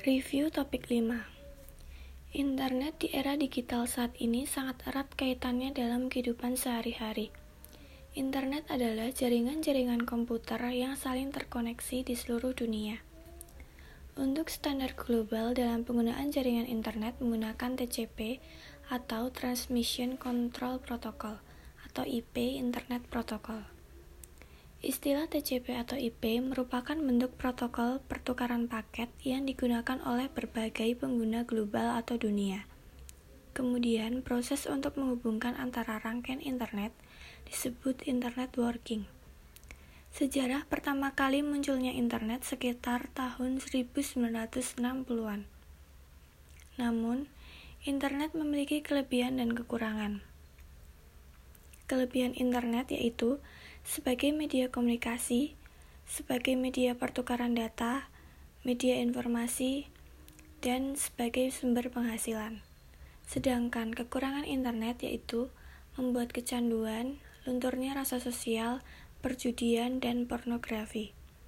Review topik 5. Internet di era digital saat ini sangat erat kaitannya dalam kehidupan sehari-hari. Internet adalah jaringan-jaringan komputer yang saling terkoneksi di seluruh dunia. Untuk standar global dalam penggunaan jaringan internet menggunakan TCP atau Transmission Control Protocol atau IP Internet Protocol. Istilah TCP atau IP merupakan bentuk protokol pertukaran paket yang digunakan oleh berbagai pengguna global atau dunia. Kemudian, proses untuk menghubungkan antara rangkaian internet disebut internet working. Sejarah pertama kali munculnya internet sekitar tahun 1960-an. Namun, internet memiliki kelebihan dan kekurangan. Kelebihan internet yaitu sebagai media komunikasi, sebagai media pertukaran data, media informasi, dan sebagai sumber penghasilan. Sedangkan kekurangan internet yaitu membuat kecanduan, lunturnya rasa sosial, perjudian, dan pornografi.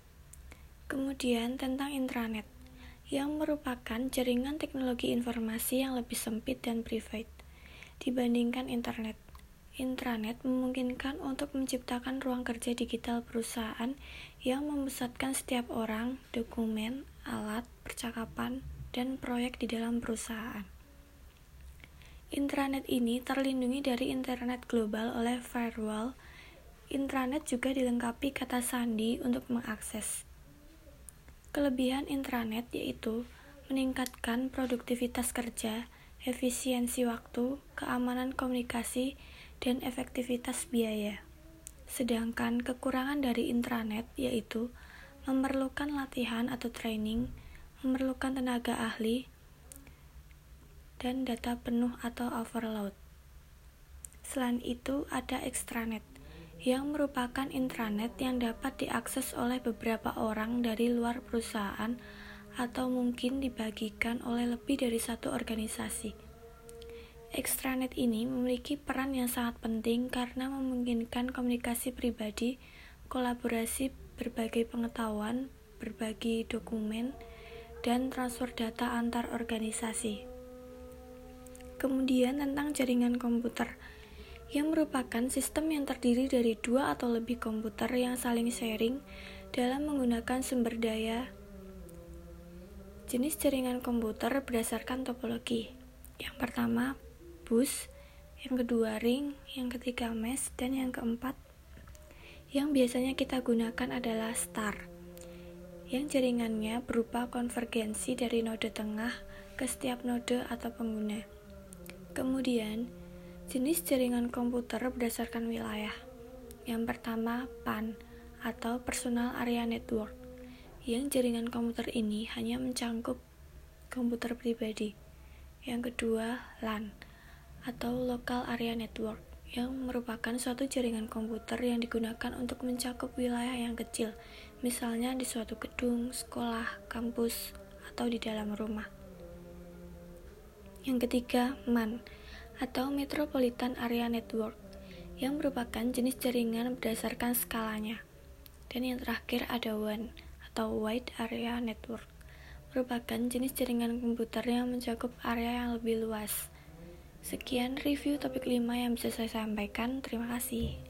Kemudian tentang intranet, yang merupakan jaringan teknologi informasi yang lebih sempit dan private dibandingkan internet. Intranet memungkinkan untuk menciptakan ruang kerja digital perusahaan yang memusatkan setiap orang, dokumen, alat, percakapan, dan proyek di dalam perusahaan. Intranet ini terlindungi dari internet global oleh firewall. Intranet juga dilengkapi kata sandi untuk mengakses. Kelebihan intranet yaitu meningkatkan produktivitas kerja, efisiensi waktu, keamanan komunikasi, dan efektivitas biaya. Sedangkan kekurangan dari intranet yaitu memerlukan latihan atau training, memerlukan tenaga ahli, dan data penuh atau overload. Selain itu ada extranet, yang merupakan intranet yang dapat diakses oleh beberapa orang dari luar perusahaan atau mungkin dibagikan oleh lebih dari satu organisasi. Extranet ini memiliki peran yang sangat penting karena memungkinkan komunikasi pribadi, kolaborasi berbagai pengetahuan, berbagi dokumen, dan transfer data antar organisasi. Kemudian tentang jaringan komputer, yang merupakan sistem yang terdiri dari dua atau lebih komputer yang saling sharing dalam menggunakan sumber daya. Jenis jaringan komputer berdasarkan topologi. Yang pertama, bus, yang kedua ring, yang ketiga mesh, dan yang keempat yang biasanya kita gunakan adalah star, yang jaringannya berupa konvergensi dari node tengah ke setiap node atau pengguna. Kemudian, jenis jaringan komputer berdasarkan wilayah. Yang pertama, PAN atau Personal Area Network, yang jaringan komputer ini hanya mencakup komputer pribadi. Yang kedua, LAN atau Local Area Network, yang merupakan suatu jaringan komputer yang digunakan untuk mencakup wilayah yang kecil, misalnya di suatu gedung, sekolah, kampus, atau di dalam rumah. Yang ketiga, MAN atau Metropolitan Area Network, yang merupakan jenis jaringan berdasarkan skalanya. Dan yang terakhir ada WAN atau Wide Area Network, merupakan jenis jaringan komputer yang mencakup area yang lebih luas. Sekian review topik 5 yang bisa saya sampaikan. Terima kasih.